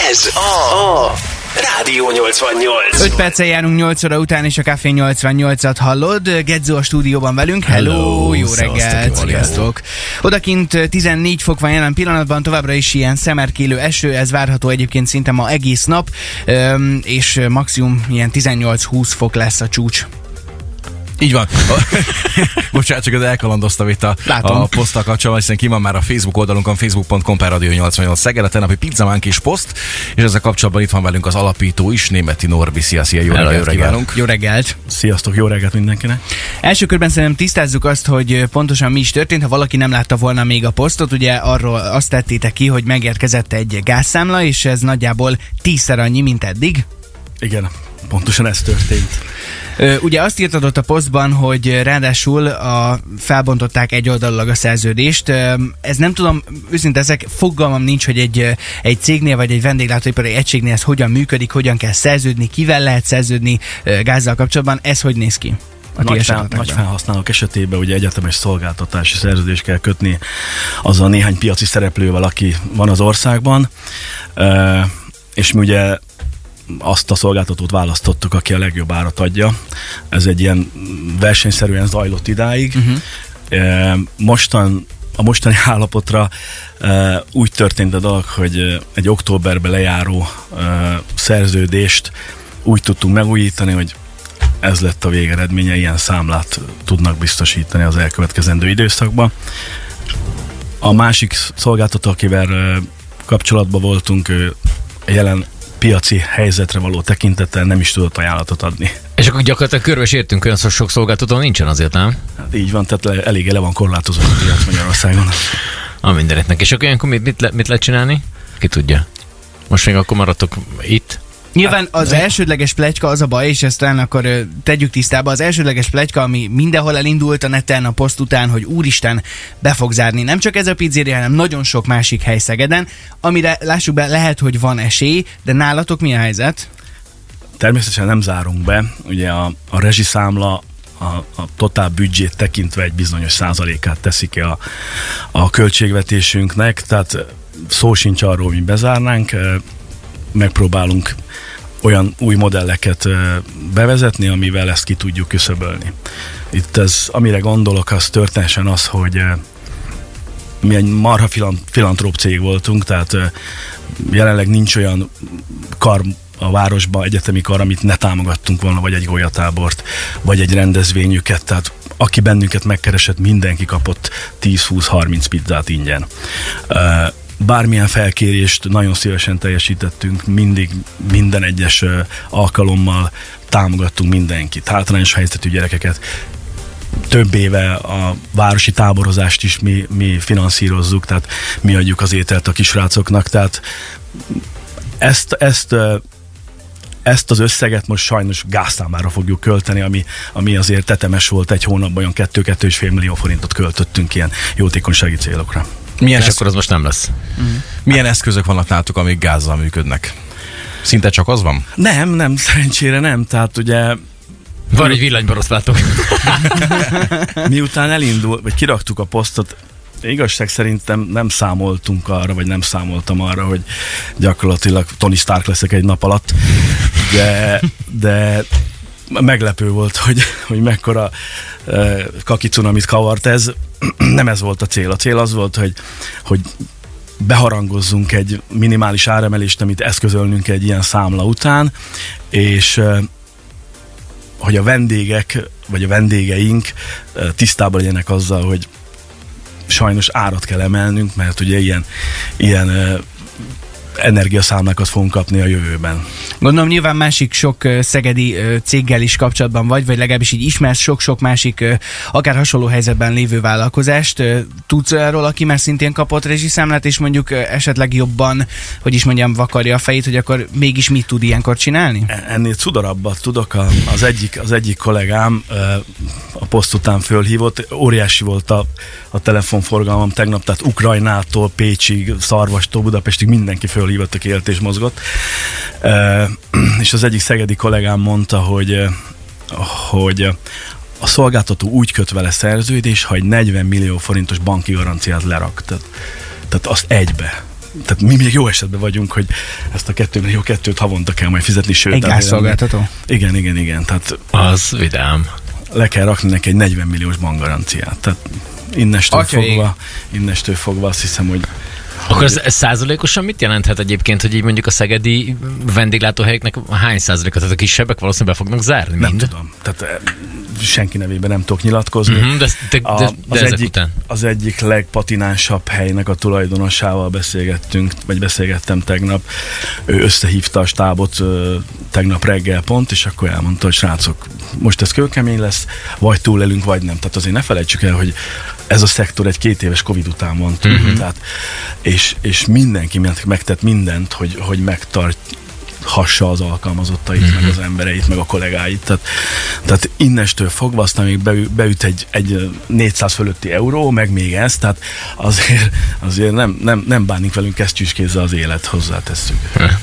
Ez a Rádió 88. 5 perccel járunk 8 óra után, és a Café 88-at hallod. Gedzo a stúdióban velünk. Hello, jó reggelt, sziasztok. Odakint 14 fok van jelen pillanatban, továbbra is ilyen szemerkélő eső, ez várható egyébként szinte ma egész nap, és maximum ilyen 18-20 fok lesz a csúcs. Így van. Bocsánat, csak az elkalandoztam itt a poszttal kapcsolatban, hiszen ki van már a Facebook oldalunkon, facebook.com/radio88 Szeged, a tegnapi pizzamánk is poszt, és ezzel kapcsolatban itt van velünk az alapító is, Németi Norbi. Szia, jó reggelt kívánunk. Jó reggelt. Sziasztok, jó reggelt mindenkinek. Első körben szerintem tisztázzuk azt, hogy pontosan mi is történt, ha valaki nem látta volna még a posztot, ugye arról azt tettétek ki, hogy megérkezett egy gázszámla, és ez nagyjából 10-szer annyi, mint eddig. Igen, pontosan ez történt. Ugye azt írtad ott a posztban, hogy ráadásul felbontották egyoldalúlag a szerződést. Ez nem tudom, őszintén ezek fogalmam nincs, hogy egy cégnél vagy egy vendéglátóipari egységnél ez hogyan működik, hogyan kell szerződni, kivel lehet szerződni gázzal kapcsolatban, ez hogy néz ki? Nagy felhasználók esetében ugye egyetemes szolgáltatási szerződést kell kötni azzal néhány piaci szereplővel, aki van az országban, és mi ugye azt a szolgáltatót választottuk, aki a legjobb árat adja. Ez egy ilyen versenyszerűen zajlott idáig. A mostani állapotra úgy történt a dolog, hogy egy októberben lejáró szerződést úgy tudtunk megújítani, hogy ez lett a végeredménye, ilyen számlát tudnak biztosítani az elkövetkezendő időszakban. A másik szolgáltató, akivel kapcsolatban voltunk, jelen piaci helyzetre való tekintettel nem is tudott ajánlatot adni. És akkor gyakorlatilag körbe sértünk, olyan sok szolgáltató nincsen azért, nem? Hát így van, tehát eléggé le van korlátozva a piac Magyarországon. A mindenetnek. És akkor ilyenkor mit lehet csinálni? Ki tudja? Most még akkor maradtok itt? Nyilván az elsődleges pletyka az a baj, és ezt talán akkor tegyük tisztába, az elsődleges pletyka, ami mindenhol elindult a neten a poszt után, hogy úristen, be fog zárni. Nem csak ez a pizzeria, hanem nagyon sok másik hely Szegeden, amire lássuk be, lehet, hogy van esély, de nálatok mi a helyzet? Természetesen nem zárunk be. Ugye a rezsiszámla a totál büdzsét tekintve egy bizonyos százalékát teszi ki a költségvetésünknek, tehát szó sincs arról, hogy bezárnánk, megpróbálunk olyan új modelleket bevezetni, amivel ezt ki tudjuk küszöbölni. Itt amire gondolok, az történetesen az, hogy mi egy marha filantróp cég voltunk, tehát jelenleg nincs olyan kar a városban, egyetemi kar, amit ne támogattunk volna, vagy egy golyatábort, vagy egy rendezvényüket, tehát aki bennünket megkeresett, mindenki kapott 10-20-30 pizzát ingyen. Bármilyen felkérést nagyon szívesen teljesítettünk, mindig, minden egyes alkalommal támogattunk mindenkit, hátrányos helyzetű gyerekeket. Több éve a városi táborozást is mi finanszírozzuk, tehát mi adjuk az ételt a kisrácoknak, tehát ezt az összeget most sajnos gázszámára fogjuk költeni, ami azért tetemes volt, egy hónapban olyan 2-2,5 millió forintot költöttünk ilyen jótékonysági célokra. És akkor az most nem lesz. Milyen eszközök vannak nálatok, amik gázzal működnek? Szinte csak az van? Nem, szerencsére nem. Tehát ugye... Van egy villanyboroztvátok. Miután vagy kiraktuk a posztot, igazság szerintem nem számoltunk arra, vagy nem számoltam arra, hogy gyakorlatilag Tony Stark leszek egy nap alatt, de meglepő volt, hogy mekkora kakicunamit kavart ez. Nem ez volt a cél. A cél az volt, hogy beharangozzunk egy minimális áremelést, amit eszközölnünk egy ilyen számla után, és hogy a vendégek, vagy a vendégeink tisztában legyenek azzal, hogy sajnos árat kell emelnünk, mert ugye ilyen energiaszámlákat fogunk kapni a jövőben. Gondolom nyilván másik sok szegedi céggel is kapcsolatban vagy legalábbis így ismersz sok-sok másik akár hasonló helyzetben lévő vállalkozást. Tudsz arról, aki már szintén kapott rezsiszámlát, és mondjuk esetleg jobban, hogy is mondjam, vakarja a fejét, hogy akkor mégis mit tud ilyenkor csinálni? Ennél cudarabbat tudok. Az egyik kollégám a poszt után fölhívott, óriási volt a telefonforgalmam tegnap, tehát Ukrajnától Pécsig, Szarvastól Budapestig mindenki fölhívott, aki élt és mozgott. És az egyik szegedi kollégám mondta, hogy a szolgáltató úgy köt vele szerződés, ha egy 40 millió forintos banki garanciát lerak. Tehát azt egybe. tehát mi még jó esetben vagyunk, hogy ezt a 2 millió 2-t havonta kell majd fizetni, sőt. Egy gázszolgáltató? Igen. Tehát az vidám. Le kell rakni neki egy 40 milliós bankgaranciát. Tehát innestől fogva azt hiszem, hogy akkor ez százalékosan mit jelenthet egyébként, hogy így mondjuk a szegedi vendéglátóhelyeknek hány százaléka? Tehát a kisebbek valószínűleg be fognak zárni? Nem tudom. Tehát senki nevében nem tudok nyilatkozni. Az egyik legpatinánsabb helynek a tulajdonosával beszélgettem tegnap. Ő összehívta a stábot tegnap reggel pont, és akkor elmondta, hogy srácok, most ez kőkemény lesz, vagy túlélünk, vagy nem. Tehát azért ne felejtsük el, hogy ez a szektor egy 2 éves Covid után van túl, tehát, és mindenki megtett mindent, hogy megtarthassa az alkalmazottait, meg az embereit, meg a kollégáit. Tehát innestől fogva aztán még beüt egy 400 fölötti euró, meg még ez, tehát azért nem bánunk velünk kesztyűskézzel az élet, hozzátesszük.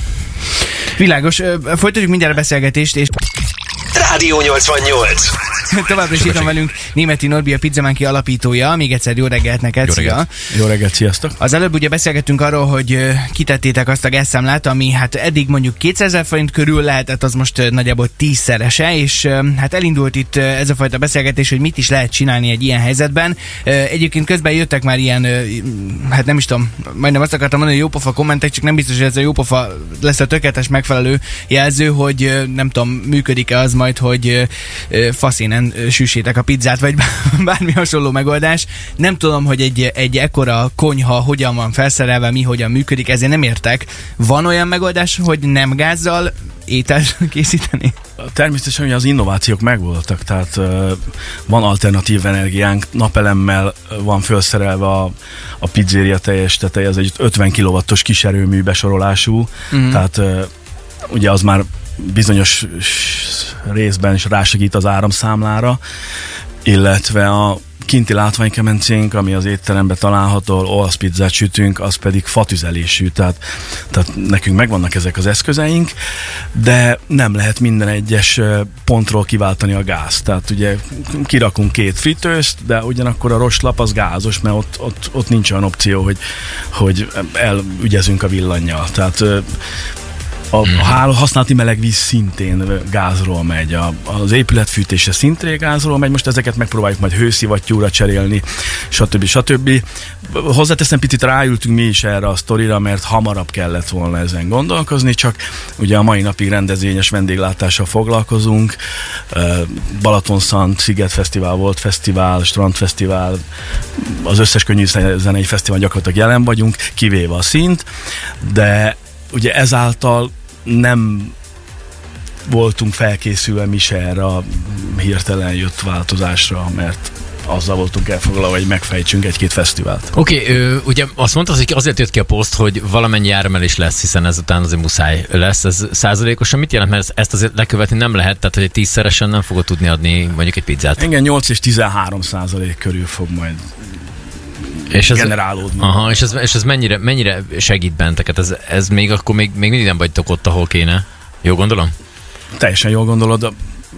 Világos, folytatjuk mindjárt a beszélgetést, és Rádió 88. Továbbra is itt van velünk Németi Norbi, a Pizzamánki alapítója. Még egyszer jó reggelt neked, szia! Jó reggelt, sziasztok! Az előbb ugye beszélgettünk arról, hogy kitettétek azt a gázszámlát, ami hát eddig mondjuk 200 000 forint körül lehetett, az most nagyjából 10-szerese, és hát elindult itt ez a fajta beszélgetés, hogy mit is lehet csinálni egy ilyen helyzetben. Egyébként közben jöttek már ilyen, hát nem is tudom, majdnem azt akartam mondani, hogy jópofa kommentek, csak nem biztos, hogy ez a jópofa lesz a tökéletes megfelelő jelző, hogy nem tudom, működik-e az majd, hogy faszénen süssétek a pizzát, vagy bármi hasonló megoldás. Nem tudom, hogy egy ekkora konyha hogyan van felszerelve, mi hogyan működik, ezért nem értek. Van olyan megoldás, hogy nem gázzal ételt készíteni? Természetesen ugye az innovációk megvoltak, tehát van alternatív energiánk, napelemmel van felszerelve a pizzéria teljes teteje, ez egy 50 kW-os kiserőmű besorolású, tehát ugye az már bizonyos részben is rásegít az áramszámlára, illetve a kinti látványkemencénk, ami az étteremben található, olasz pizzát sütünk, az pedig fatüzelésű, tehát nekünk megvannak ezek az eszközeink, de nem lehet minden egyes pontról kiváltani a gázt. Tehát ugye kirakunk 2 fritőzt, de ugyanakkor a roslap az gázos, mert ott nincs olyan opció, hogy elügyezünk a villannyal. Tehát a használati melegvíz szintén gázról megy, az épületfűtése szintén gázról megy, most ezeket megpróbáljuk majd hőszivattyúra cserélni, stb. Hozzáteszem, picit ráültünk mi is erre a sztorira, mert hamarabb kellett volna ezen gondolkozni, csak ugye a mai napig rendezvényes vendéglátással foglalkozunk, Balatonszant, Szigetfesztivál, Volt Fesztivál, Strandfesztivál, az összes könnyű zenei fesztivál gyakorlatilag jelen vagyunk, kivéve a szint, de ugye ezáltal nem voltunk felkészülve mi se erre a hirtelen jött változásra, mert azzal voltunk elfoglalva, hogy megfejtsünk 1-2 fesztivált. Oké, ugye azt mondtad, hogy azért jött ki a poszt, hogy valamennyi áremelés lesz, hiszen ezután azért muszáj lesz. Ez százalékosan mit jelent? Mert ezt azért lekövetni nem lehet, tehát hogy egy 10-szeresen nem fogod tudni adni mondjuk egy pizzát. Igen, 8 és 13% körül fog majd és generálódni. Aha, és ez mennyire segít benteket? Ez még akkor még mindig nem vagytok ott, ahol kéne. Jó gondolom? Teljesen jól gondolod.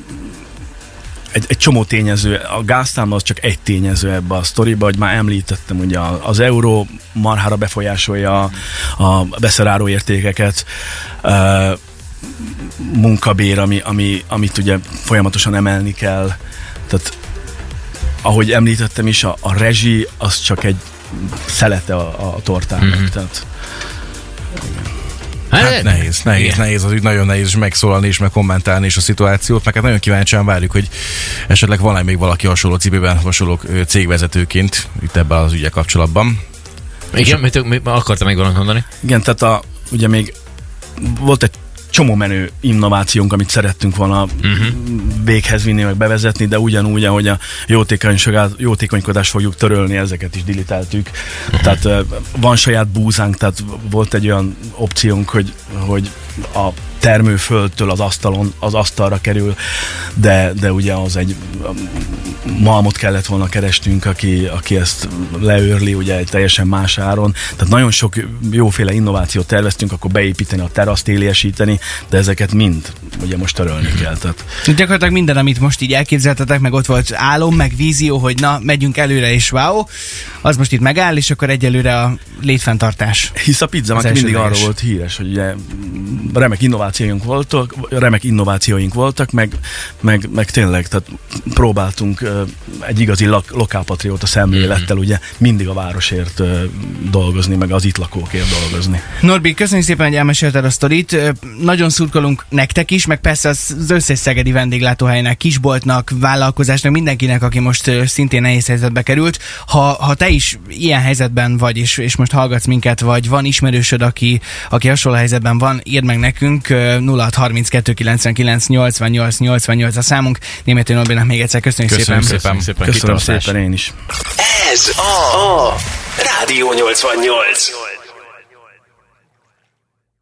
Egy csomó tényező, a gáztámla az csak egy tényező ebbe a sztoriba, hogy már említettem, ugye az euró marhára befolyásolja a beszeráró értékeket, munkabér, amit ugye folyamatosan emelni kell. Tehát ahogy említettem is, a rezsi az csak egy szelete a tortának. Tehát, hát nehéz, az úgy nagyon nehéz megszólalni és megkommentálni és a szituációt, meg hát nagyon kíváncsian várjuk, hogy esetleg van-e még valaki hasonló cipőben, hasonló cégvezetőként itt ebben az ügyek kapcsolatban. Igen, akartam még valamit mondani? Igen, tehát ugye még volt egy csomó menő innovációnk, amit szerettünk volna véghez vinni, meg bevezetni, de ugyanúgy, ahogy a jótékonykodást fogjuk törölni, ezeket is dilitáltük. Tehát van saját búzánk, tehát volt egy olyan opciónk, hogy a termőföldtől az asztalra kerül, de ugye az egy malmot kellett volna keresnünk, aki ezt leőrli ugye egy teljesen más áron. Tehát nagyon sok jóféle innovációt terveztünk, akkor beépíteni a teraszt, téliesíteni, de ezeket mind ugye most törölni kell. Tehát... Gyakorlatilag minden, amit most így elképzeltetek, meg ott volt álom, meg vízió, hogy na, megyünk előre és wow, az most itt megáll, és akkor egyelőre a létfenntartás. Hisz a Pizza Monkey mindig arról volt híres, hogy ugye remek innovációink voltak, meg tényleg, tehát próbáltunk egy igazi lokálpatrióta szemlélettel ugye mindig a városért dolgozni, meg az itt lakókért dolgozni. Norbi, köszönjük szépen, hogy elmesélted a sztorit. Nagyon szurkolunk nektek is, meg persze az összes szegedi vendéglátóhelynek, kisboltnak, vállalkozásnak, mindenkinek, aki most szintén nehéz helyzetbe került. Ha te is ilyen helyzetben vagy, és most hallgatsz minket, vagy van ismerősöd, aki hasonló helyzetben van, írd meg nekünk, 0632 99 88 88 a számunk. Németű Norbinak még egyszer köszönjük szépen. Köszönöm szépen én is. Ez a Rádió 88.